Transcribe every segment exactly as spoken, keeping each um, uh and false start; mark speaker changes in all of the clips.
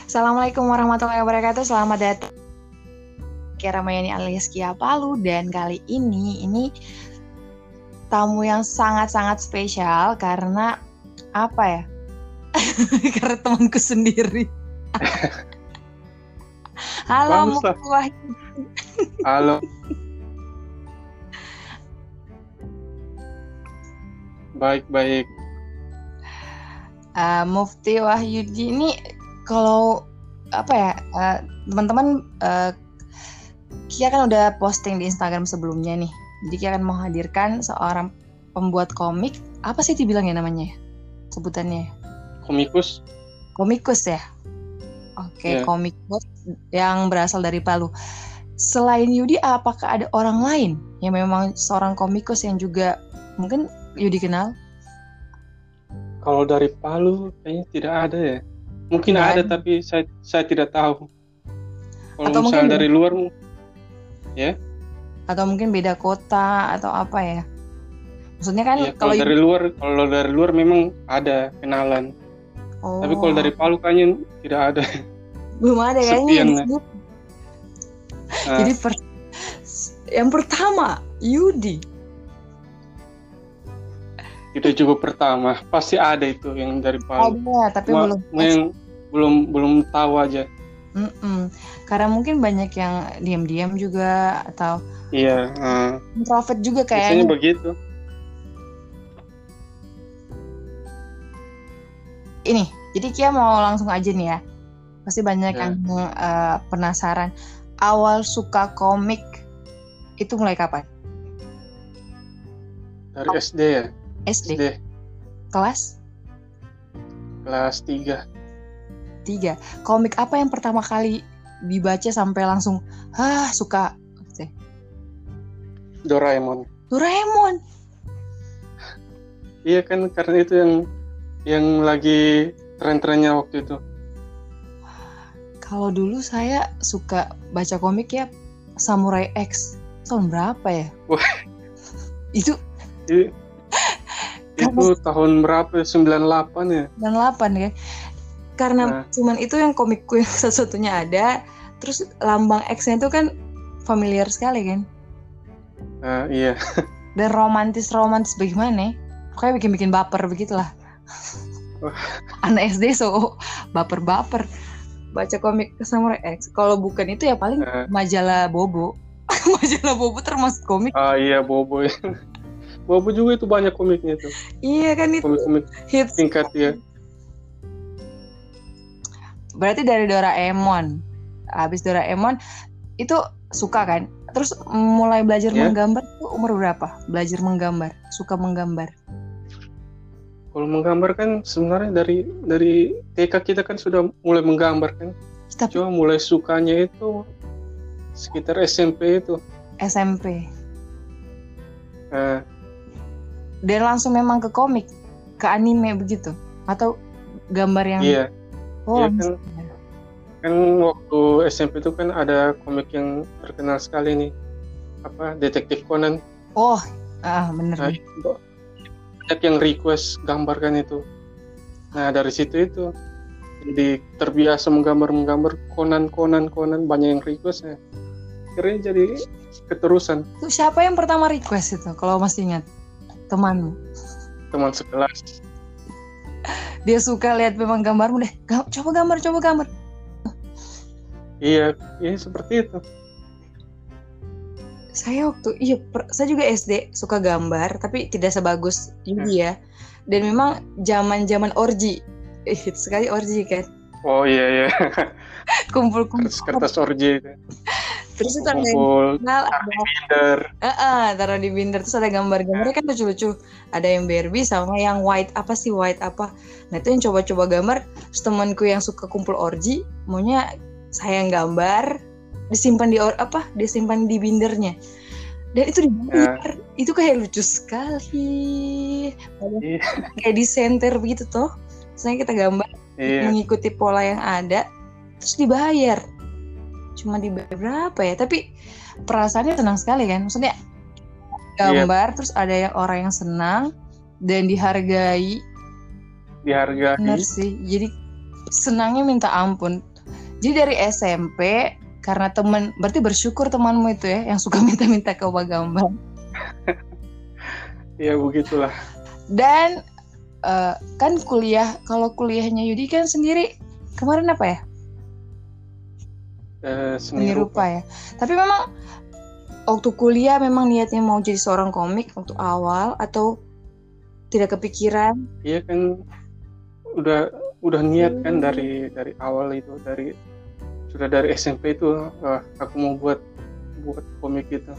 Speaker 1: Assalamualaikum warahmatullahi wabarakatuh. Selamat datang Kia Ramayani alias Kia Palu. Dan kali ini ini tamu yang sangat-sangat spesial karena apa ya? Karena temanku sendiri. Halo
Speaker 2: Bagus lah.
Speaker 1: Mufti Wahyu.
Speaker 2: Halo. Baik-baik.
Speaker 1: Uh, Mufti Wahyudi ini kalau apa ya uh, teman-teman uh, Kia kan udah posting di Instagram sebelumnya nih. Jadi Kia akan menghadirkan seorang pembuat komik. Apa sih dibilangnya namanya? Sebutannya?
Speaker 2: Komikus.
Speaker 1: Komikus ya. Oke, okay, yeah. Komikus yang berasal dari Palu. Selain Yudi, apakah ada orang lain yang memang seorang komikus yang juga mungkin Yudi kenal?
Speaker 2: Kalau dari Palu kayaknya tidak ada ya. Mungkin tidak ada, ada tapi saya saya tidak tahu. Kalau
Speaker 1: atau
Speaker 2: misalnya
Speaker 1: mungkin
Speaker 2: dari luar ya.
Speaker 1: Atau mungkin beda kota atau apa ya? Maksudnya kan
Speaker 2: ya, kalau, kalau dari Yudi... luar kalau dari luar memang ada kenalan. Oh. Tapi kalau dari Palu kayaknya tidak ada.
Speaker 1: Belum ada kayaknya. Nah. Jadi per- yang pertama Yudi.
Speaker 2: Itu juga pertama, pasti ada itu yang dari Palu.
Speaker 1: Ada, tapi
Speaker 2: Ma-
Speaker 1: belum
Speaker 2: yang belum belum tahu aja.
Speaker 1: Mm-mm. Karena mungkin banyak yang diam-diam juga atau
Speaker 2: iya, uh,
Speaker 1: introvert juga kayaknya.
Speaker 2: Biasanya begitu.
Speaker 1: Ini, jadi Kia mau langsung aja nih ya. Pasti banyak
Speaker 2: ya.
Speaker 1: yang uh, penasaran. Awal suka komik itu mulai kapan?
Speaker 2: Dari S D ya.
Speaker 1: S D.
Speaker 2: S D.
Speaker 1: Kelas?
Speaker 2: Kelas tiga.
Speaker 1: tiga. Komik apa yang pertama kali dibaca sampai langsung ah suka?
Speaker 2: Doraemon.
Speaker 1: Doraemon.
Speaker 2: Iya kan, karena itu yang yang lagi tren-trennya waktu itu.
Speaker 1: Kalau dulu saya suka baca komik ya Samurai X. Tahun berapa ya?
Speaker 2: Wah.
Speaker 1: Itu
Speaker 2: I, itu tahun berapa? sembilan puluh delapan ya?
Speaker 1: sembilan puluh delapan ya. Karena nah. cuman itu yang komikku yang satu-satunya ada. Terus lambang X-nya itu kan familiar sekali kan?
Speaker 2: Uh, iya.
Speaker 1: Dan romantis-romantis bagaimana? Pokoknya bikin-bikin baper begitulah.
Speaker 2: Oh.
Speaker 1: Anak S D so baper-baper. Baca komik Samurai X. Kalau bukan itu ya paling uh. majalah Bobo. Majalah Bobo termasuk komik.
Speaker 2: Ah iya, Bobo ya. Bobo juga itu banyak komiknya itu.
Speaker 1: Iya kan itu.
Speaker 2: Komik-komik hits singkat ya.
Speaker 1: Berarti dari Doraemon. Habis Doraemon itu suka kan? Terus mulai belajar yeah. menggambar itu umur berapa? Belajar menggambar, suka menggambar.
Speaker 2: Kalau menggambar kan sebenarnya dari dari T K kita kan sudah mulai menggambar kan. Tapi... Cuma mulai sukanya itu sekitar S M P itu.
Speaker 1: S M P.
Speaker 2: Uh,
Speaker 1: Dan langsung memang ke komik, ke anime begitu? Atau gambar yang...
Speaker 2: Iya.
Speaker 1: Oh,
Speaker 2: iya kan, kan waktu S M P itu kan ada komik yang terkenal sekali nih. Apa? Detektif Conan.
Speaker 1: Oh, ah benar.
Speaker 2: Nah, banyak yang request gambarkan itu. Nah, dari situ itu. Jadi terbiasa menggambar-menggambar Conan, Conan, Conan. Banyak yang request ya. Akhirnya jadi keterusan.
Speaker 1: Itu siapa yang pertama request itu? Kalau masih ingat, temanmu?
Speaker 2: Teman sekelas.
Speaker 1: Dia suka lihat memang gambarmu deh. Coba gambar, coba gambar.
Speaker 2: Iya, iya seperti itu.
Speaker 1: Saya waktu iya, per, saya juga S D suka gambar, tapi tidak sebagus Yudi ya. Dan memang zaman-zaman orgi, hit sekali orgi kan.
Speaker 2: Oh iya iya.
Speaker 1: Kumpul-kumpul.
Speaker 2: Kertas orgi itu.
Speaker 1: Terus itu ada
Speaker 2: yang kenal, ada binder.
Speaker 1: Uh-uh, taruh di binder, terus ada gambar-gambarnya kan lucu-lucu. Ada yang Barbie sama yang white, apa sih white apa. Nah itu yang coba-coba gambar. Terus temanku yang suka kumpul orgi, maunya saya yang gambar, disimpan di or, apa, disimpan di bindernya. Dan itu dibayar. Uh. Itu kayak lucu sekali. Yeah. Kayak di center begitu toh. Misalnya kita gambar, yeah. mengikuti pola yang ada, terus dibayar. Cuma dibayar berapa ya, tapi perasaannya senang sekali kan, maksudnya gambar, yep. Terus ada yang orang yang senang dan dihargai
Speaker 2: dihargai
Speaker 1: benar sih, jadi senangnya minta ampun. Jadi dari S M P karena temen, berarti bersyukur temanmu itu ya yang suka minta-minta ke Pak Gambar.
Speaker 2: Ya begitulah.
Speaker 1: Dan uh, kan kuliah, kalau kuliahnya Yudi kan sendiri kemarin apa ya?
Speaker 2: Eh,
Speaker 1: Seni rupa ya. Tapi memang waktu kuliah memang niatnya mau jadi seorang komik waktu awal atau tidak kepikiran?
Speaker 2: Iya kan udah udah niat kan dari dari awal itu, dari sudah dari S M P itu uh, aku mau buat buat komik gitu.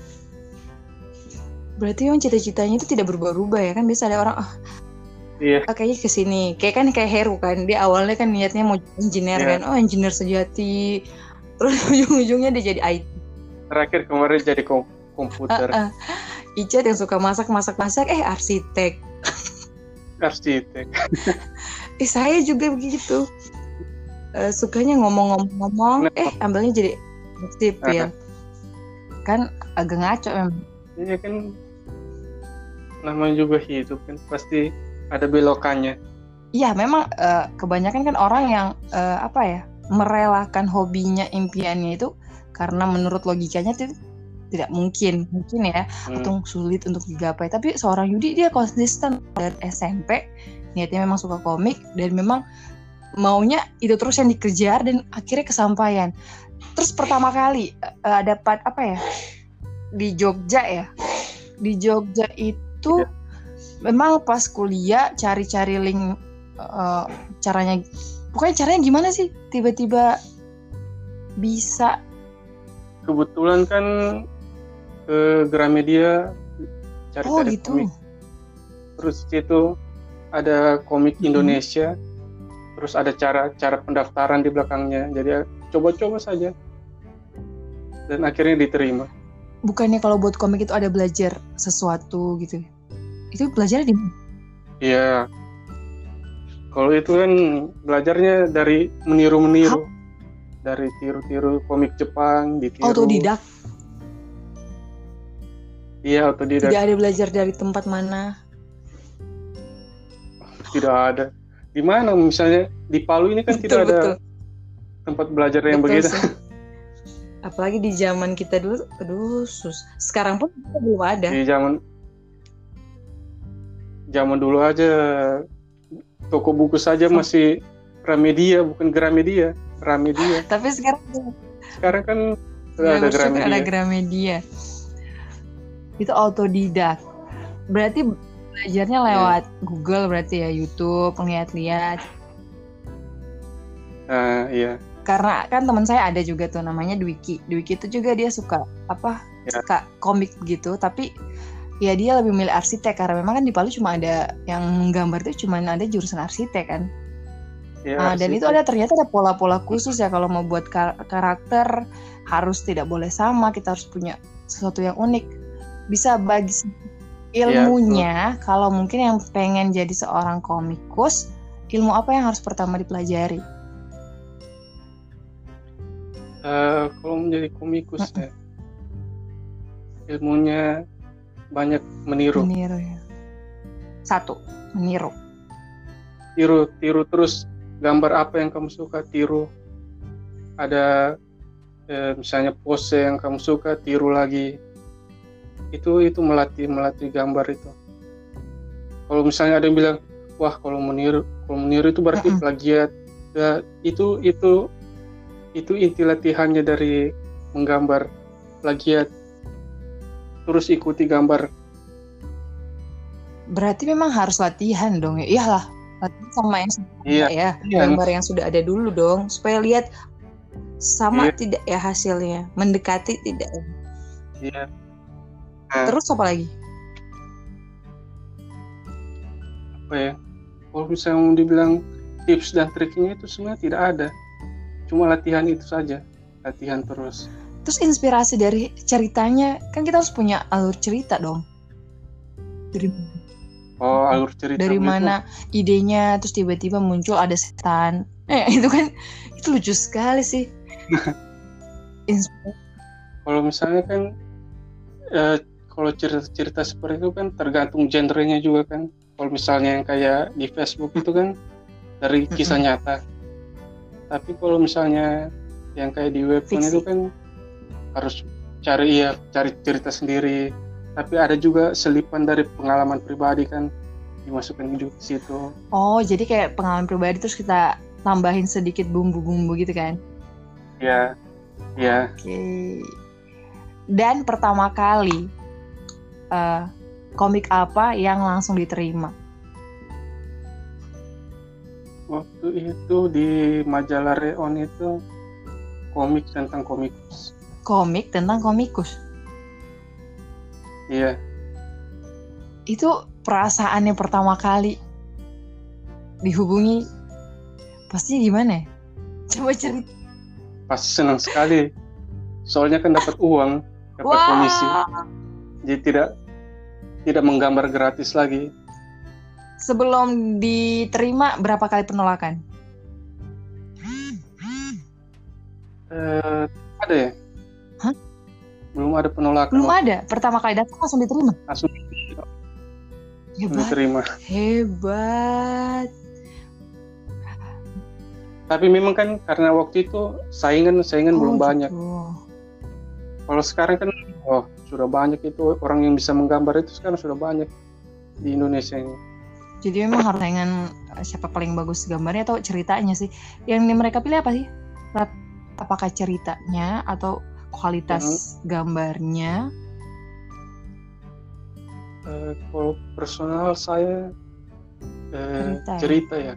Speaker 1: Berarti memang cita-citanya itu tidak berubah-ubah ya kan, biasa ada orang ah
Speaker 2: Iya.
Speaker 1: oh, kayaknya kesini kayak kan kayak Heru kan, dia awalnya kan niatnya mau jadi engineer
Speaker 2: Iya.
Speaker 1: kan, oh engineer sejati, terus ujung-ujungnya dia jadi I T.
Speaker 2: Terakhir kemarin jadi kom- komputer.
Speaker 1: Uh, uh. Icat yang suka masak-masak-masak eh arsitek.
Speaker 2: Arsitek.
Speaker 1: eh saya juga begitu. Uh, sukanya ngomong-ngomong-ngomong, eh ambilnya jadi sipil. Kan agak ngaco memang.
Speaker 2: Iya kan, namanya juga hidup kan, pasti ada belokannya.
Speaker 1: Iya memang uh, kebanyakan kan orang yang uh, apa ya, merelakan hobinya, impiannya itu karena menurut logikanya itu tidak mungkin, mungkin ya, hmm. atau sulit untuk digapai. Tapi seorang Yudi dia konsisten dari S M P, niatnya memang suka komik dan memang maunya itu terus yang dikejar dan akhirnya kesampaian. Terus pertama kali uh, dapat apa ya? Di Jogja ya, di Jogja itu ya. Memang pas kuliah cari-cari link uh, caranya, pokoknya caranya gimana sih tiba-tiba bisa?
Speaker 2: Kebetulan kan ke Gramedia cari-cari
Speaker 1: oh, gitu.
Speaker 2: komik, terus itu ada komik hmm. Indonesia, terus ada cara cara pendaftaran di belakangnya, jadi coba-coba saja dan akhirnya diterima.
Speaker 1: Bukannya kalau buat komik itu ada belajar sesuatu gitu? Itu belajarnya di mana?
Speaker 2: Iya. Kalau itu kan belajarnya dari meniru-meniru. Hah? Dari tiru-tiru komik Jepang, ditiru.
Speaker 1: Autodidak?
Speaker 2: Iya, autodidak.
Speaker 1: Tidak ada belajar dari tempat mana?
Speaker 2: Tidak ada. Di mana misalnya? Di Palu ini kan betul, tidak ada betul. tempat belajar yang betul, begitu. Sih.
Speaker 1: Apalagi di zaman kita dulu, aduh sus. Sekarang pun kita belum ada.
Speaker 2: Di zaman zaman dulu aja toko buku saja oh. masih Pramedia, bukan Gramedia, Pramedia.
Speaker 1: Tapi sekarang
Speaker 2: sekarang kan
Speaker 1: ya,
Speaker 2: ada Gramedia.
Speaker 1: Ada Gramedia. Itu autodidak. Berarti belajarnya lewat yeah. Google berarti ya, YouTube, lihat-lihat.
Speaker 2: Nah, iya.
Speaker 1: Karena kan teman saya ada juga tuh namanya Dwiki. Dwiki itu juga dia suka apa ya. suka komik gitu, tapi ya dia lebih milih arsitek karena memang kan di Palu cuma ada yang gambar tuh cuma ada jurusan arsitek kan. Ya, nah, arsitek. Dan itu ada ternyata ada pola-pola khusus ya kalau mau buat kar- karakter harus tidak boleh sama, kita harus punya sesuatu yang unik. Bisa bagi ilmunya ya, kalau mungkin yang pengen jadi seorang komikus, ilmu apa yang harus pertama dipelajari?
Speaker 2: Uh, kalau menjadi komikus ya, ilmunya banyak meniru.
Speaker 1: Meniru ya. Satu, meniru.
Speaker 2: Tiru, tiru terus gambar apa yang kamu suka, tiru. Ada eh, misalnya pose yang kamu suka, tiru lagi. Itu itu melatih melatih gambar itu. Kalau misalnya ada yang bilang, wah kalau meniru, kalau meniru itu berarti uh-uh. plagiat. Ya, itu itu itu inti latihannya dari menggambar, plagiat, terus ikuti gambar.
Speaker 1: Berarti memang harus latihan dong ya? Iyalah, latihan sama yang sudah
Speaker 2: iya,
Speaker 1: ya, iya. Gambar yang sudah ada dulu dong, supaya lihat sama iya. tidak ya hasilnya, mendekati tidak.
Speaker 2: Iya.
Speaker 1: Nah, terus apa lagi?
Speaker 2: Apa ya? Kalau misalnya mau dibilang tips dan triknya itu sebenarnya tidak ada. Cuma latihan itu saja, latihan terus.
Speaker 1: Terus inspirasi dari ceritanya, kan kita harus punya alur cerita dong. Dari
Speaker 2: oh, alur cerita.
Speaker 1: Dari gitu. Mana idenya, terus tiba-tiba muncul ada setan. Eh, itu kan itu lucu sekali sih.
Speaker 2: Kalau misalnya kan, eh, kalau cerita-cerita seperti itu kan tergantung genrenya juga kan. Kalau misalnya yang kayak di Facebook itu kan dari kisah nyata. Tapi kalau misalnya Yang kayak di webtoon
Speaker 1: Fiksi.
Speaker 2: itu kan harus cari ya cari cerita sendiri. Tapi ada juga selipan dari pengalaman pribadi kan dimasukin di situ.
Speaker 1: Oh, jadi kayak pengalaman pribadi terus kita tambahin sedikit bumbu-bumbu gitu kan?
Speaker 2: Ya, ya.
Speaker 1: Oke. Dan pertama kali uh, komik apa yang langsung diterima?
Speaker 2: Waktu itu di majalah Reon itu komik tentang komikus.
Speaker 1: Komik tentang komikus.
Speaker 2: Iya.
Speaker 1: Itu perasaannya pertama kali dihubungi pasti gimana ya? Coba cerita.
Speaker 2: Pasti senang sekali. Soalnya kan dapat uang, dapat
Speaker 1: Wah.
Speaker 2: komisi. Jadi tidak tidak menggambar gratis lagi.
Speaker 1: Sebelum diterima berapa kali penolakan?
Speaker 2: Eh, ada ya?
Speaker 1: Hah?
Speaker 2: Belum ada penolakan.
Speaker 1: Belum ada. Pertama kali datang langsung diterima.
Speaker 2: Langsung
Speaker 1: Hebat.
Speaker 2: diterima.
Speaker 1: Hebat.
Speaker 2: Tapi memang kan karena waktu itu saingan saingan
Speaker 1: Oh,
Speaker 2: belum
Speaker 1: gitu.
Speaker 2: banyak. Kalau sekarang kan oh sudah banyak itu orang yang bisa menggambar itu sekarang sudah banyak di Indonesia ini.
Speaker 1: Jadi memang harus saingan siapa paling bagus gambarnya atau ceritanya sih. Yang mereka pilih apa sih? Apakah ceritanya atau kualitas hmm. gambarnya?
Speaker 2: Uh, kalau personal saya uh,
Speaker 1: cerita,
Speaker 2: cerita ya. ya.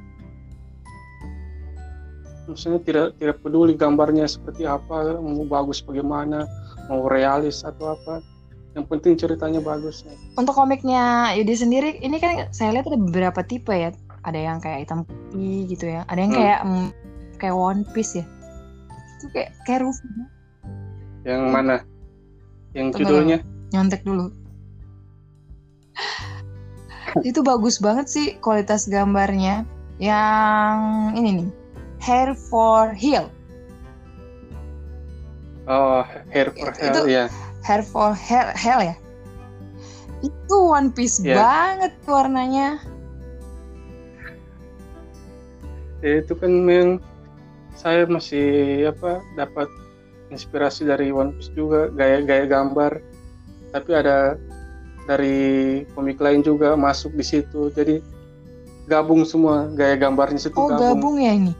Speaker 2: Maksudnya tidak tidak peduli gambarnya seperti apa, mau bagus bagaimana, mau realis atau apa. Yang penting ceritanya bagus. Ya.
Speaker 1: Untuk komiknya Yudi sendiri, ini kan saya lihat ada beberapa tipe ya. Ada yang kayak hitam putih gitu ya. Ada yang hmm. kayak mm, kayak One Piece ya. Itu kayak kayak Luffy.
Speaker 2: Yang hmm. mana? Yang Tunggu judulnya?
Speaker 1: Dulu. Nyontek dulu. Itu bagus banget sih kualitas gambarnya. Yang ini nih, Hair for Heal.
Speaker 2: Oh, Hair for Heal ya.
Speaker 1: Hair for Hell, hell ya. Itu One Piece yeah. banget warnanya.
Speaker 2: Ya, itu kan memang saya masih apa dapat inspirasi dari One Piece juga, gaya-gaya gambar. Tapi ada dari komik lain juga masuk di situ. Jadi gabung semua gaya gambarnya situ.
Speaker 1: Oh, gabung. gabung ya ini.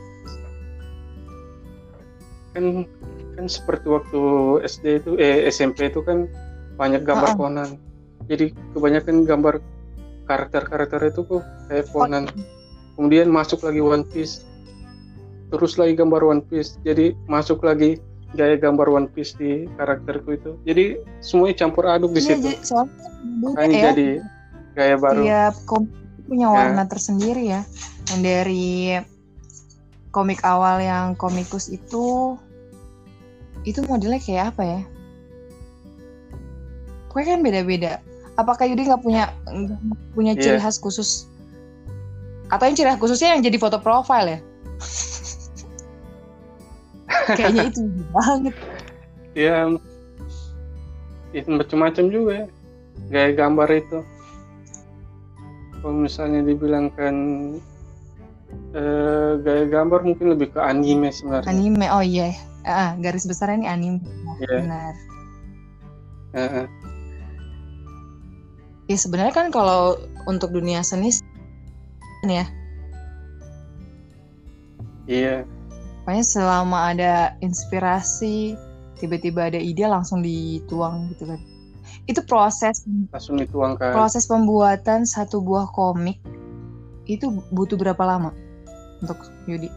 Speaker 2: Kan kan seperti waktu S D itu eh S M P itu kan banyak gambar uh-uh. Conan. Jadi kebanyakan gambar karakter-karakter itu kok kayak Conan. Kemudian masuk lagi One Piece. Terus lagi gambar One Piece. Jadi masuk lagi gaya gambar One Piece di karakterku itu. Jadi semuanya campur aduk di
Speaker 1: iya,
Speaker 2: situ.
Speaker 1: Soalnya
Speaker 2: makanya ya, jadi gaya baru.
Speaker 1: Tiap komik punya warna ya. Tersendiri ya. Yang dari komik awal yang komikus itu itu modelnya kayak apa ya? Pokoknya kan beda-beda. Apakah Yudi nggak punya gak punya ciri yeah. khas khusus? Atau yang ciri khas khususnya yang jadi foto profile ya? Kayaknya itu banget.
Speaker 2: Ya, itu macam-macam juga ya. Gaya gambar itu. Kalau misalnya dibilangkan eh, gaya gambar mungkin lebih ke anime sebenarnya.
Speaker 1: Anime, oh iya. Ah, garis besarnya ini anime. Yeah. Benar.
Speaker 2: Uh-uh.
Speaker 1: Ya sebenarnya kan kalau untuk dunia seni ya.
Speaker 2: Iya.
Speaker 1: Pokoknya selama ada inspirasi, tiba-tiba ada ide langsung dituang gitu kan. Itu proses
Speaker 2: langsung dituangkan.
Speaker 1: Proses pembuatan satu buah komik itu butuh berapa lama untuk Yudi?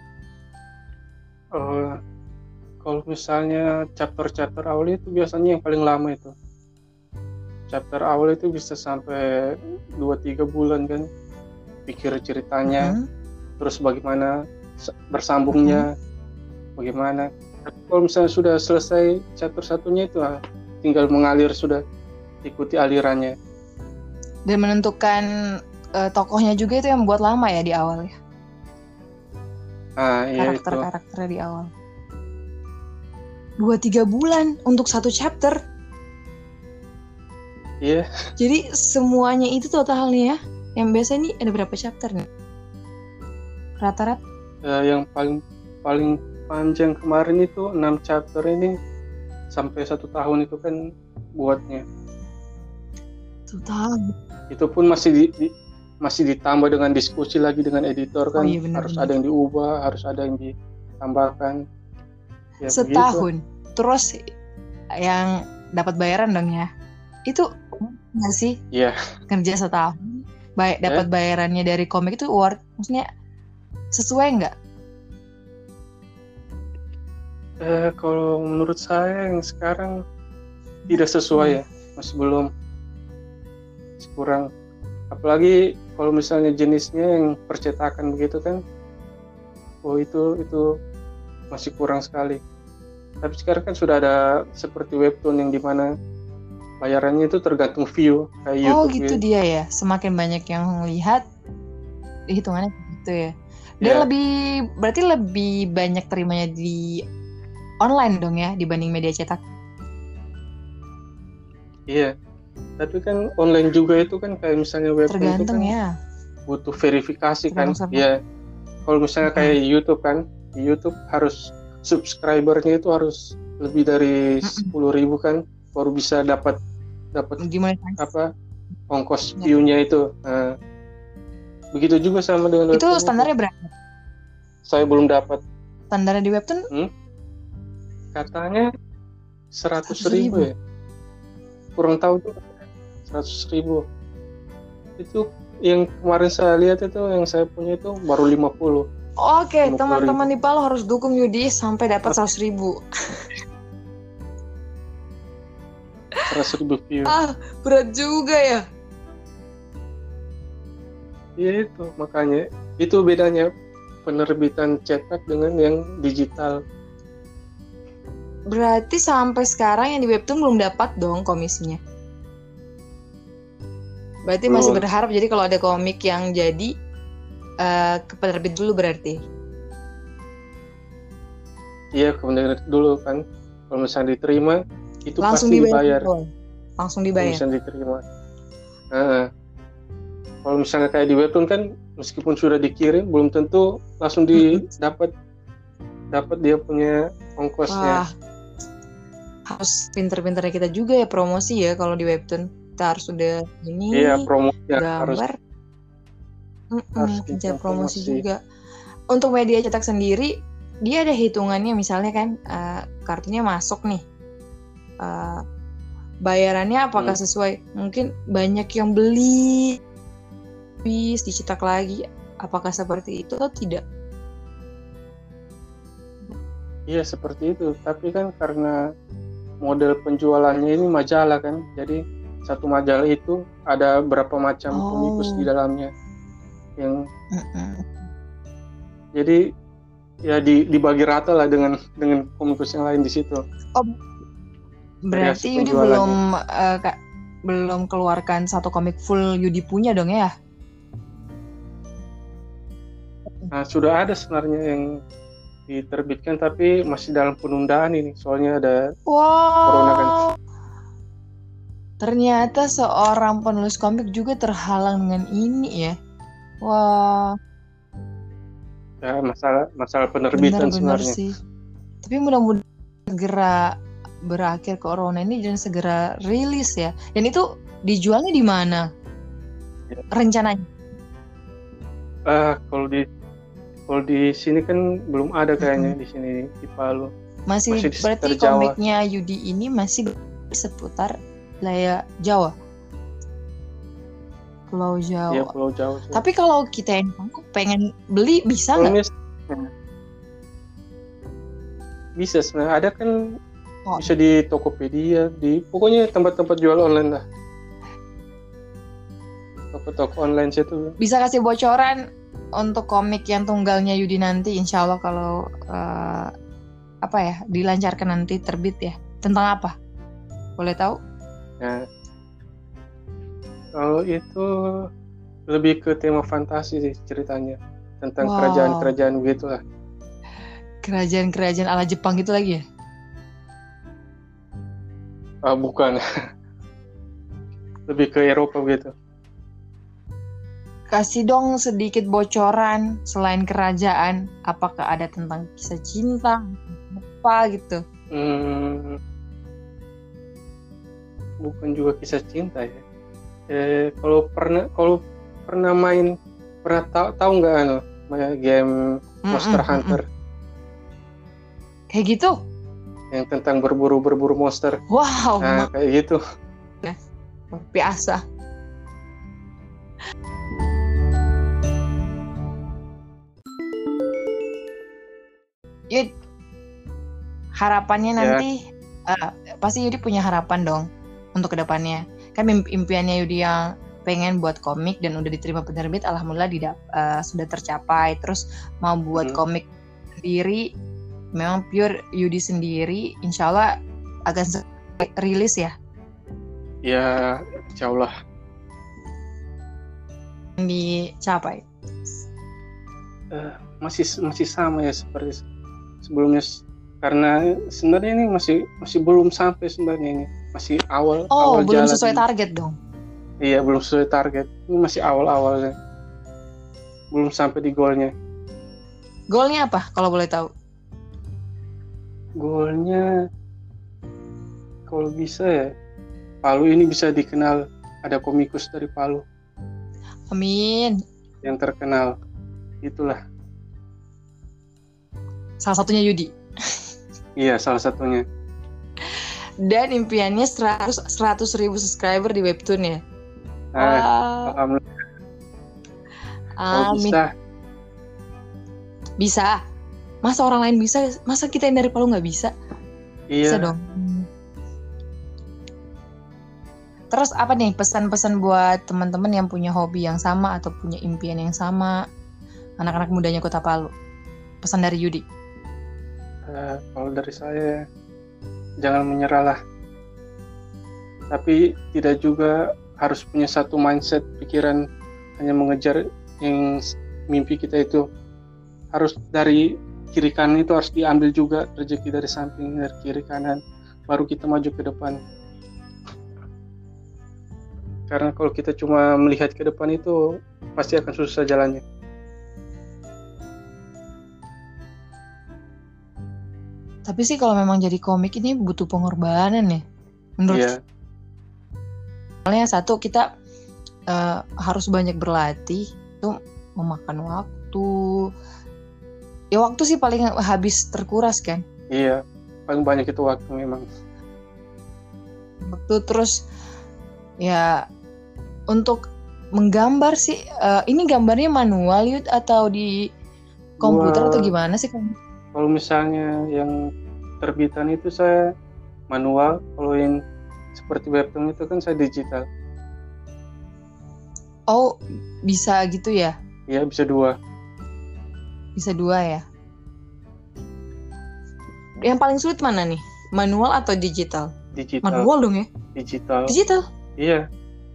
Speaker 2: Uh, kalau misalnya chapter-chapter awal itu biasanya yang paling lama itu. Chapter awal itu bisa sampai dua tiga bulan kan. Pikir ceritanya, uh-huh. terus bagaimana bersambungnya, uh-huh. bagaimana. Kalau misalnya sudah selesai chapter satunya itu tinggal mengalir sudah, ikuti alirannya.
Speaker 1: Dan menentukan uh, tokohnya juga itu yang membuat lama ya di awal ya.
Speaker 2: Ah, iya
Speaker 1: karakter-karakternya di awal. dua tiga bulan untuk satu chapter.
Speaker 2: Iya. Yeah.
Speaker 1: Jadi semuanya itu total nih ya. Yang biasa ini ada berapa chapter nih? Rata-rata?
Speaker 2: Uh, yang paling paling sepanjang kemarin itu enam chapter ini sampai satu tahun itu kan buatnya.
Speaker 1: Satu tahun.
Speaker 2: Itu pun masih di, di, masih ditambah dengan diskusi lagi dengan editor kan.
Speaker 1: Oh, iya, benar,
Speaker 2: harus
Speaker 1: benar.
Speaker 2: ada yang diubah, harus ada yang ditambahkan. Ya,
Speaker 1: Setahun.
Speaker 2: begitu.
Speaker 1: Terus yang dapat bayaran dong ya. Itu nggak sih?
Speaker 2: Iya.
Speaker 1: Kerja setahun, bay- dapat
Speaker 2: Eh?
Speaker 1: bayarannya dari komik itu worth, maksudnya sesuai nggak?
Speaker 2: Eh, kalau menurut saya yang sekarang tidak sesuai ya, masih belum, masih kurang. Apalagi kalau misalnya jenisnya yang percetakan begitu kan, oh itu itu masih kurang sekali. Tapi sekarang kan sudah ada seperti webtoon yang dimana bayarannya itu tergantung view kayak
Speaker 1: Oh
Speaker 2: YouTube
Speaker 1: gitu
Speaker 2: gitu.
Speaker 1: dia ya, semakin banyak yang lihat hitungannya gitu ya. Dia
Speaker 2: Ya.
Speaker 1: lebih, berarti lebih banyak terimanya di online dong ya dibanding media cetak.
Speaker 2: Iya. Tapi kan online juga itu kan kayak misalnya webtoon itu kan
Speaker 1: Tergantung ya.
Speaker 2: butuh verifikasi kan.
Speaker 1: Tergantung sama.
Speaker 2: Ya. Kalau misalnya
Speaker 1: Mm-mm.
Speaker 2: kayak YouTube kan, di YouTube harus subscribernya itu harus lebih dari sepuluh ribu kan, baru bisa dapat dapat
Speaker 1: Gimana?
Speaker 2: apa ongkos
Speaker 1: Ya.
Speaker 2: view-nya itu. Nah, begitu juga sama dengan
Speaker 1: Itu
Speaker 2: webtoon
Speaker 1: standarnya berapa?
Speaker 2: Saya belum dapat.
Speaker 1: Standarnya di webtoon
Speaker 2: Hmm? Katanya seratus
Speaker 1: seratus
Speaker 2: ribu
Speaker 1: ribu
Speaker 2: ya. Kurang tahu tuh. seratus ribu. Itu yang kemarin saya lihat itu, yang saya punya itu baru lima puluh.
Speaker 1: Oke,
Speaker 2: lima puluh
Speaker 1: teman-teman
Speaker 2: ribu.
Speaker 1: di Palo harus dukung Yudi sampai dapat seratus ribu.
Speaker 2: seratus ribu view.
Speaker 1: Ah, berat juga ya.
Speaker 2: Iya itu, makanya itu bedanya penerbitan cetak dengan yang digital.
Speaker 1: Berarti sampai sekarang yang di webtoon belum dapat dong komisinya. Berarti
Speaker 2: Belum.
Speaker 1: masih berharap, jadi kalau ada komik yang jadi uh, ke penerbit dulu berarti.
Speaker 2: Iya, kemudian dulu kan, kalau misalnya diterima itu
Speaker 1: Langsung
Speaker 2: pasti
Speaker 1: dibayar.
Speaker 2: dibayar.
Speaker 1: Oh, langsung
Speaker 2: Kalau
Speaker 1: dibayar.
Speaker 2: misalnya diterima. Nah, kalau misalnya kayak di webtoon kan, meskipun sudah dikirim, belum tentu langsung didapat dapat dia punya ongkosnya.
Speaker 1: Wah, harus pinter-pinternya kita juga ya promosi ya kalau di webtoon. Kita harus udah ini
Speaker 2: Iya, promonya harus
Speaker 1: gambar,
Speaker 2: harus
Speaker 1: kejar
Speaker 2: kita
Speaker 1: promosi
Speaker 2: promosi.
Speaker 1: juga. Untuk media cetak sendiri, dia ada hitungannya, misalnya kan uh, kartunya masuk nih, uh, bayarannya apakah
Speaker 2: Hmm.
Speaker 1: sesuai? Mungkin banyak yang beli, habis dicetak lagi, apakah seperti itu atau tidak?
Speaker 2: Iya seperti itu, tapi kan karena model penjualannya ini majalah kan, jadi satu majalah itu ada berapa macam
Speaker 1: Oh.
Speaker 2: komikus di dalamnya, yang
Speaker 1: Mm-mm.
Speaker 2: jadi ya di, dibagi rata lah dengan dengan komikus yang lain di situ.
Speaker 1: Oh, berarti Yudi
Speaker 2: penjualannya.
Speaker 1: belum uh, ka, belum keluarkan satu komik full Yudi punya dong ya?
Speaker 2: Nah sudah ada sebenarnya yang diterbitkan, tapi masih dalam penundaan ini, soalnya ada corona kan.
Speaker 1: Wow, ternyata seorang penulis komik juga terhalang dengan ini ya. Wah,
Speaker 2: Ya masalah masalah penerbitan
Speaker 1: benar-benar
Speaker 2: sebenarnya.
Speaker 1: sih. Tapi mudah-mudahan segera berakhir corona ini dan segera rilis ya. Dan itu dijualnya di mana?
Speaker 2: Ya.
Speaker 1: Rencananya?
Speaker 2: Ah kalau di kalau di sini kan belum ada kayaknya. Mm-hmm. Di sini di Palu.
Speaker 1: Masih,
Speaker 2: masih di
Speaker 1: berarti
Speaker 2: Jawa.
Speaker 1: Komiknya Yudi ini masih seputar wilayah Jawa. Pulau Jawa.
Speaker 2: Iya, Pulau Jawa. Sih.
Speaker 1: Tapi kalau kita yang pengen beli bisa nggak?
Speaker 2: Bisa sebenarnya. Ada kan oh. bisa di Tokopedia, di pokoknya tempat-tempat jual online lah. Toko-toko online situ.
Speaker 1: Bisa kasih bocoran untuk komik yang tunggalnya Yudi nanti, insya Allah kalau uh, apa ya dilancarkan nanti terbit ya. Tentang apa? Boleh tahu?
Speaker 2: Nah, kalau itu lebih ke tema fantasi sih ceritanya, tentang wow. kerajaan-kerajaan begitulah.
Speaker 1: Kerajaan-kerajaan ala Jepang gitu lagi ya?
Speaker 2: Ah, bukan. Lebih ke Eropa gitu.
Speaker 1: kasih dong sedikit bocoran selain kerajaan, apakah ada tentang kisah cinta apa gitu?
Speaker 2: Hmm, bukan juga kisah cinta ya. Eh, kalau pernah kalau pernah main pernah tahu tahu nggak anu main game Monster
Speaker 1: Mm-mm,
Speaker 2: Hunter
Speaker 1: mm-mm. Kayak gitu?
Speaker 2: yang tentang berburu berburu monster.
Speaker 1: Wow,
Speaker 2: Nah,
Speaker 1: mak-
Speaker 2: kayak gitu.
Speaker 1: luar biasa. Yud, harapannya
Speaker 2: Ya,
Speaker 1: nanti eh, pasti Yudi punya harapan dong untuk kedepannya. Kan mimpi- impiannya Yudi yang pengen buat komik dan udah diterima penerbit, alhamdulillah didap- eh, sudah tercapai. Terus mau buat
Speaker 2: hmm,
Speaker 1: komik sendiri, memang pure Yudi sendiri, insya Allah akan se- rilis ya,
Speaker 2: ya insya Allah.
Speaker 1: yang dicapai.
Speaker 2: Eh, masih masih sama ya seperti sebelumnya, karena sebenarnya ini masih masih belum sampai sebenarnya, ini masih awal
Speaker 1: Oh,
Speaker 2: awal
Speaker 1: belum
Speaker 2: jalan.
Speaker 1: sesuai target dong.
Speaker 2: Iya, belum sesuai target. Ini masih awal-awalnya. Belum sampai di goalnya.
Speaker 1: Goalnya apa kalau boleh tahu?
Speaker 2: Goalnya kalau bisa ya Palu ini bisa dikenal, ada komikus dari Palu
Speaker 1: Amin.
Speaker 2: yang terkenal. Itulah.
Speaker 1: Salah satunya Yudi.
Speaker 2: Iya, salah satunya.
Speaker 1: Dan impiannya seratus, seratus ribu subscriber di webtoon ya.
Speaker 2: Nah,
Speaker 1: Wah,
Speaker 2: alhamdulillah kalau
Speaker 1: amin.
Speaker 2: bisa.
Speaker 1: Bisa. Masa orang lain bisa? Masa kita yang dari Palu nggak bisa? Bisa
Speaker 2: Iya.
Speaker 1: dong. Terus apa nih pesan-pesan buat teman-teman yang punya hobi yang sama atau punya impian yang sama, anak-anak mudanya Kota Palu? Pesan dari Yudi.
Speaker 2: Eh, kalau dari saya, jangan menyerahlah. Tapi tidak juga harus punya satu mindset pikiran hanya mengejar yang mimpi kita itu. Harus dari kiri kanan itu harus diambil juga rezeki dari samping, dari kiri kanan, baru kita maju ke depan. Karena kalau kita cuma melihat ke depan itu pasti akan susah jalannya.
Speaker 1: Tapi sih kalau memang jadi komik ini butuh pengorbanan ya. Menurut
Speaker 2: Iya.
Speaker 1: Soalnya satu kita uh, harus banyak berlatih, itu memakan waktu. Ya waktu sih paling habis terkuras kan.
Speaker 2: Iya, paling banyak itu waktu memang.
Speaker 1: Waktu terus ya untuk menggambar sih, uh, ini gambarnya manual Yud atau di komputer
Speaker 2: Gua,
Speaker 1: atau gimana sih?
Speaker 2: Kalau misalnya yang terbitan itu saya manual, kalau yang seperti webtoon itu kan saya digital.
Speaker 1: Oh, bisa gitu ya?
Speaker 2: Iya, bisa dua.
Speaker 1: Bisa dua ya? Yang paling sulit mana nih? Manual atau digital?
Speaker 2: Digital.
Speaker 1: Manual dong ya?
Speaker 2: Digital.
Speaker 1: Digital?
Speaker 2: Iya.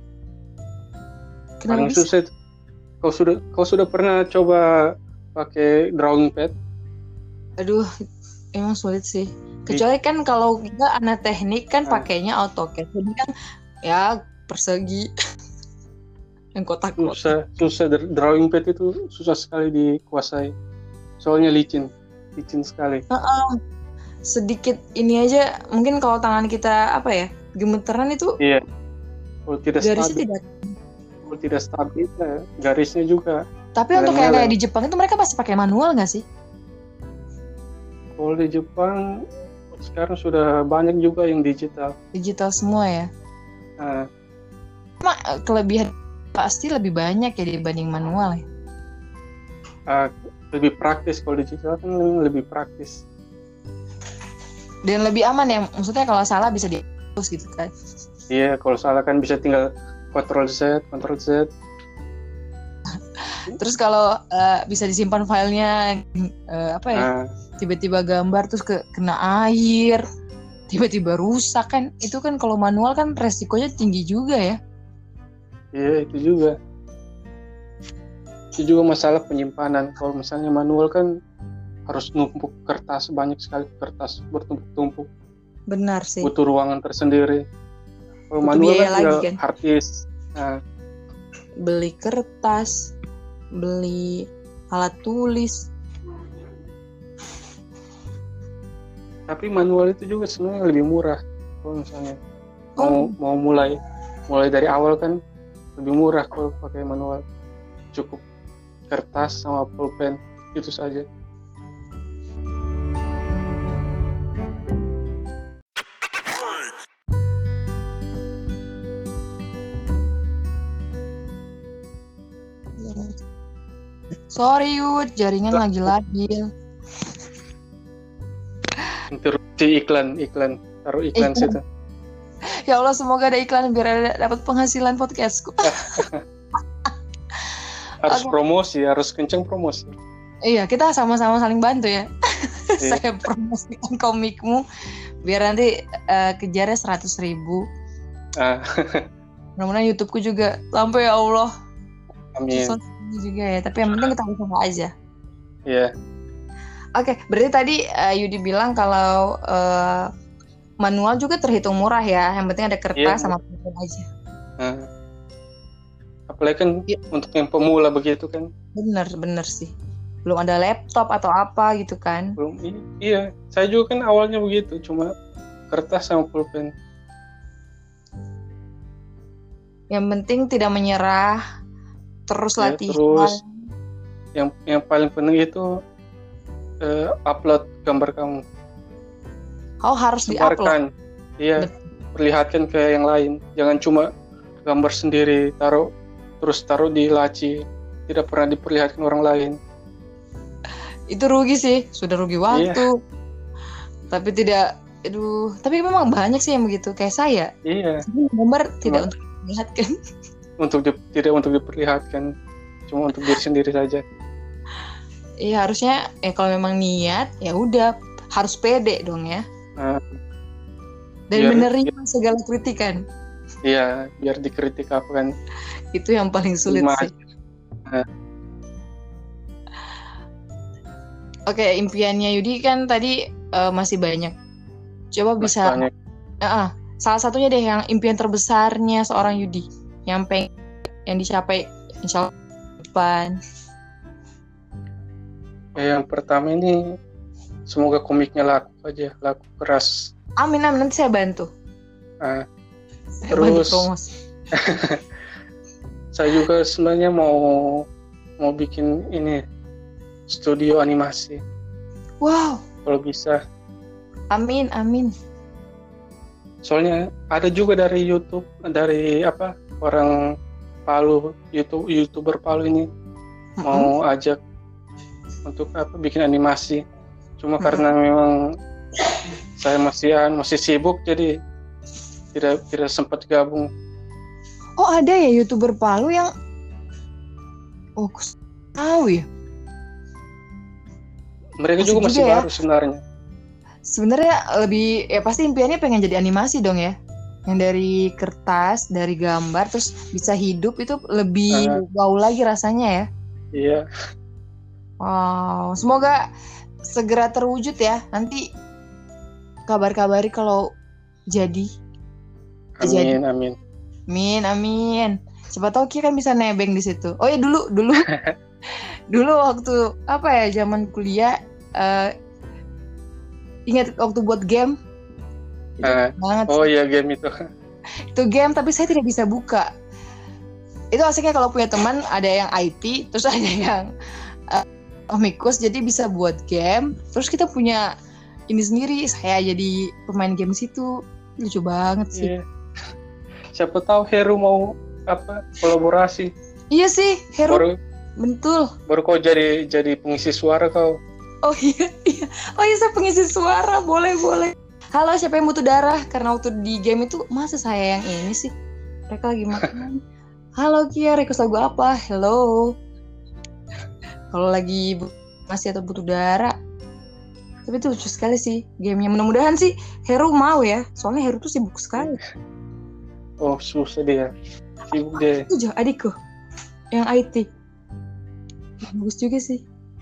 Speaker 1: Kenapa
Speaker 2: Paling
Speaker 1: bisa?
Speaker 2: susah. Kau sudah kau sudah pernah coba pakai drawing pad?
Speaker 1: Aduh, emang sulit sih. Kecuali kan kalau kita anak teknik kan
Speaker 2: Ah.
Speaker 1: pakainya AutoCAD. Jadi kan ya persegi. Yang kotak-kotak.
Speaker 2: Susah, susah. Drawing pad itu susah sekali dikuasai. Soalnya licin, licin sekali.
Speaker 1: Uh-uh. Sedikit ini aja, mungkin kalau tangan kita apa ya, gemeteran itu
Speaker 2: Iya. Kalau tidak
Speaker 1: garisnya
Speaker 2: stabil,
Speaker 1: tidak.
Speaker 2: kalau tidak stabil, ya, garisnya juga.
Speaker 1: Tapi untuk kayak,
Speaker 2: Meleng-meleng.
Speaker 1: kayak di Jepang itu mereka pasti pakai manual nggak sih?
Speaker 2: Kalau di Jepang sekarang sudah banyak juga yang digital.
Speaker 1: Digital semua ya.
Speaker 2: Nah,
Speaker 1: Cuma eh, kelebihan pasti lebih banyak ya dibanding manual ya.
Speaker 2: ah, lebih praktis kalau digital kan lebih, lebih praktis.
Speaker 1: Dan lebih aman ya. Maksudnya kalau salah bisa dihapus gitu kan.
Speaker 2: Iya, kalau salah kan bisa tinggal Ctrl Z, Ctrl Z.
Speaker 1: Terus kalau eh, bisa disimpan filenya eh, apa ya?
Speaker 2: Nah,
Speaker 1: Tiba-tiba gambar terus ke, kena air, tiba-tiba rusak kan. Itu kan kalau manual kan resikonya tinggi juga ya.
Speaker 2: iya itu juga. Itu juga masalah penyimpanan. Kalau misalnya manual kan harus numpuk kertas, banyak sekali kertas bertumpuk-tumpuk.
Speaker 1: Benar sih.
Speaker 2: Butuh ruangan tersendiri. Kalau
Speaker 1: Butuh
Speaker 2: manual
Speaker 1: biaya
Speaker 2: kan
Speaker 1: lagi
Speaker 2: tinggal
Speaker 1: kan.
Speaker 2: hard disk. Nah,
Speaker 1: beli kertas, beli alat tulis.
Speaker 2: Tapi manual itu juga sebenarnya lebih murah kalau misalnya mau
Speaker 1: Oh.
Speaker 2: mau mulai mulai dari awal kan lebih murah kalau pakai manual. Cukup kertas sama pulpen itu saja.
Speaker 1: Sorry Yud, jaringan lagi labil.
Speaker 2: Interupsi iklan iklan taruh iklan situ.
Speaker 1: Ya Allah, semoga ada iklan biar ada dapat penghasilan podcastku.
Speaker 2: Harus
Speaker 1: Oke.
Speaker 2: promosi, harus kenceng promosi.
Speaker 1: Iya, kita sama-sama saling bantu ya.
Speaker 2: Iya.
Speaker 1: Saya promosikan komikmu biar nanti eh, kejarnya seratus ribu.
Speaker 2: Ah,
Speaker 1: Mudah-mudahan YouTubeku juga sampai, ya Allah.
Speaker 2: amin.
Speaker 1: Susah juga ya, tapi yang penting kita usaha aja.
Speaker 2: Iya,
Speaker 1: Oke, berarti tadi eh, Yudi bilang kalau eh, manual juga terhitung murah ya. Yang penting ada kertas
Speaker 2: Iya.
Speaker 1: sama pulpen aja.
Speaker 2: nah. Apalagi kan
Speaker 1: Iya.
Speaker 2: untuk yang pemula begitu kan.
Speaker 1: Bener, bener sih. Belum ada laptop atau apa gitu kan.
Speaker 2: Belum i- iya, saya juga kan awalnya begitu, cuma kertas sama pulpen.
Speaker 1: Yang penting tidak menyerah, terus
Speaker 2: Ya,
Speaker 1: latihan.
Speaker 2: terus yang yang paling penting itu eh, upload gambar kamu,
Speaker 1: Oh, harus diupload.
Speaker 2: sebarkan. Iya,
Speaker 1: Betul.
Speaker 2: perlihatkan ke yang lain. Jangan cuma gambar sendiri taruh terus taruh di laci, tidak pernah diperlihatkan orang lain.
Speaker 1: Itu rugi sih, sudah rugi waktu. Tapi tidak, aduh, tapi memang banyak sih yang begitu. Kayak saya,
Speaker 2: Iya,
Speaker 1: gambar tidak
Speaker 2: Cuma-
Speaker 1: untuk dilihatkan.
Speaker 2: untuk di- tidak untuk diperlihatkan, cuma untuk diri sendiri saja.
Speaker 1: Iya, harusnya ya kalau memang niat, ya udah harus pede dong ya.
Speaker 2: Nah,
Speaker 1: Dan
Speaker 2: biar-
Speaker 1: menerima segala kritikan.
Speaker 2: Iya, biar dikritik apa kan.
Speaker 1: Itu yang paling sulit
Speaker 2: Terima
Speaker 1: sih. Oke, impiannya Yudi kan tadi eh, masih banyak. Coba
Speaker 2: Masih
Speaker 1: bisa,
Speaker 2: banyak.
Speaker 1: eh, eh, salah satunya deh yang impian terbesarnya seorang Yudi, yang pengen yang dicapai insya Allah depan.
Speaker 2: Ya, yang pertama ini semoga komiknya laku aja, laku keras.
Speaker 1: Amin, amin, nanti saya bantu.
Speaker 2: Nah,
Speaker 1: Saya bantu
Speaker 2: Terus-
Speaker 1: promosi.
Speaker 2: saya juga sebenarnya mau mau bikin ini studio animasi
Speaker 1: Wow,
Speaker 2: kalau bisa.
Speaker 1: amin, amin.
Speaker 2: Soalnya ada juga dari YouTube, dari apa orang Palu, YouTube youtuber Palu ini
Speaker 1: Mm-mm.
Speaker 2: mau ajak untuk apa bikin animasi. Cuma
Speaker 1: Mm-mm.
Speaker 2: karena memang saya masih masih sibuk jadi tidak tidak sempat gabung.
Speaker 1: Oh, ada ya YouTuber Palu yang oh, aku tahu ya.
Speaker 2: Mereka
Speaker 1: Asik
Speaker 2: juga masih
Speaker 1: juga ya.
Speaker 2: baru sebenarnya.
Speaker 1: Sebenarnya lebih ya pasti impiannya pengen jadi animasi dong ya. Yang dari kertas, dari gambar terus bisa hidup itu lebih
Speaker 2: Ah.
Speaker 1: wow lagi rasanya ya.
Speaker 2: Iya,
Speaker 1: Wow, semoga segera terwujud ya. Nanti kabar-kabari kalau jadi. Jadi.
Speaker 2: amin amin.
Speaker 1: Amin, amin. Siapa tahu Ki kan bisa nebeng di situ. Oh ya dulu, dulu, dulu waktu apa ya zaman kuliah, eh, ingat waktu buat game. Itu
Speaker 2: Ah,
Speaker 1: banget
Speaker 2: oh
Speaker 1: sih.
Speaker 2: iya game itu.
Speaker 1: Itu game tapi saya tidak bisa buka. Itu asiknya kalau punya teman ada yang I T, terus ada yang uh, komikus, jadi bisa buat game. Terus kita punya ini sendiri, saya jadi pemain game situ. Lucu banget sih.
Speaker 2: Iya. Siapa tahu Heru mau apa kolaborasi.
Speaker 1: Iya sih, Heru,
Speaker 2: Baru
Speaker 1: betul.
Speaker 2: baru kau jadi jadi pengisi suara kau.
Speaker 1: Oh iya, iya. Oh iya, saya pengisi suara, boleh, boleh. Halo, siapa yang butuh darah? Karena waktu di game itu, masa saya yang ini sih? Mereka lagi makan. Halo Kia, request lagu apa? Hello. Kalau lagi bu- masih atau butuh darah. Tapi itu lucu sekali sih gamenya. Mudah-mudahan sih Heru mau ya. Soalnya Heru tuh sibuk sekali.
Speaker 2: Oh susah dia. Sibuk deh.
Speaker 1: Itu jauh adikku yang I T. Bagus juga sih.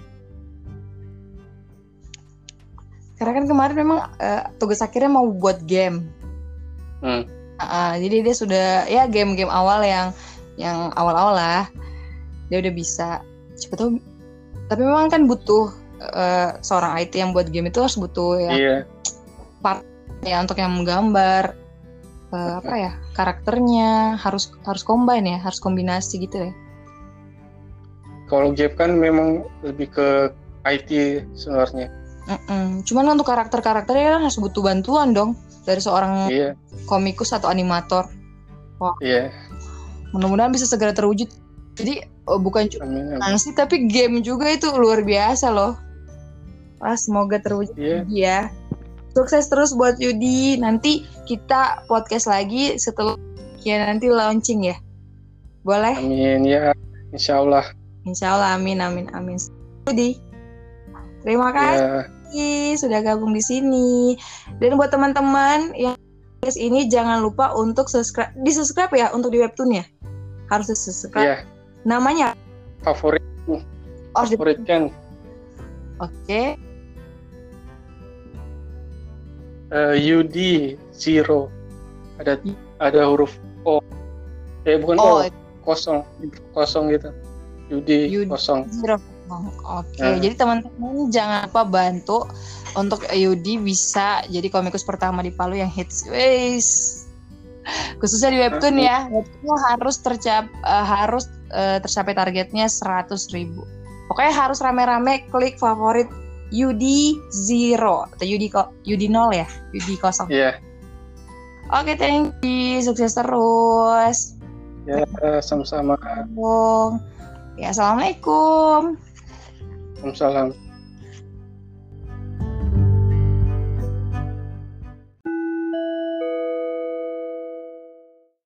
Speaker 1: Karena kan kemarin memang eh, tugas akhirnya mau buat game.
Speaker 2: Hmm.
Speaker 1: Uh, jadi dia sudah ya game-game awal yang yang awal-awal lah dia udah bisa. Siapa tahu, tapi memang kan butuh uh, seorang I T yang buat game itu harus butuh ya
Speaker 2: Iya.
Speaker 1: part ya untuk yang menggambar uh, apa ya karakternya harus harus combine ya, harus kombinasi gitu ya.
Speaker 2: Kalau game kan memang lebih ke I T sebenarnya.
Speaker 1: Mm-mm. Cuman untuk karakter-karakternya kan harus butuh bantuan dong dari seorang
Speaker 2: Iya.
Speaker 1: komikus atau animator. Wah,
Speaker 2: Iya.
Speaker 1: mudah-mudahan bisa segera terwujud. Jadi oh, bukan cuma
Speaker 2: Amin. amin.
Speaker 1: animasi tapi game juga itu luar biasa loh. Wah, semoga terwujud
Speaker 2: Iya.
Speaker 1: ya. Sukses terus buat Yudi. Nanti kita podcast lagi setelah ya nanti launching ya. Boleh?
Speaker 2: Amin ya. Insya Allah.
Speaker 1: Insya Allah, amin, amin, amin. Yudi, terima kasih
Speaker 2: Ya.
Speaker 1: sudah gabung di sini. Dan buat teman-teman yang podcast ini jangan lupa untuk subscribe, di subscribe ya untuk di webtoon ya. Harus di subscribe.
Speaker 2: Iya.
Speaker 1: Namanya
Speaker 2: Favorit.
Speaker 1: oh,
Speaker 2: Favorit kan.
Speaker 1: Oke.
Speaker 2: Uh, U D zero. Ada ada huruf O. Eh bukan
Speaker 1: Oh,
Speaker 2: O. Kosong. Kosong gitu. U D
Speaker 1: U D
Speaker 2: kosong.
Speaker 1: zero. Oke,
Speaker 2: Nah.
Speaker 1: jadi teman-teman jangan lupa bantu untuk Yudi bisa jadi komikus pertama di Palu yang hits. Wes. Khususnya di webtoon ya. Webtoon harus tercap uh, harus uh, tercapai targetnya seratus ribu. Pokoknya harus rame-rame klik favorit U D zero atau U D ko- U D nol ya, U D kosong.
Speaker 2: Iya.
Speaker 1: Oke, thank you. Sukses terus.
Speaker 2: Ya, sama-sama.
Speaker 1: Ya, assalamualaikum.
Speaker 2: Waalaikumsalam.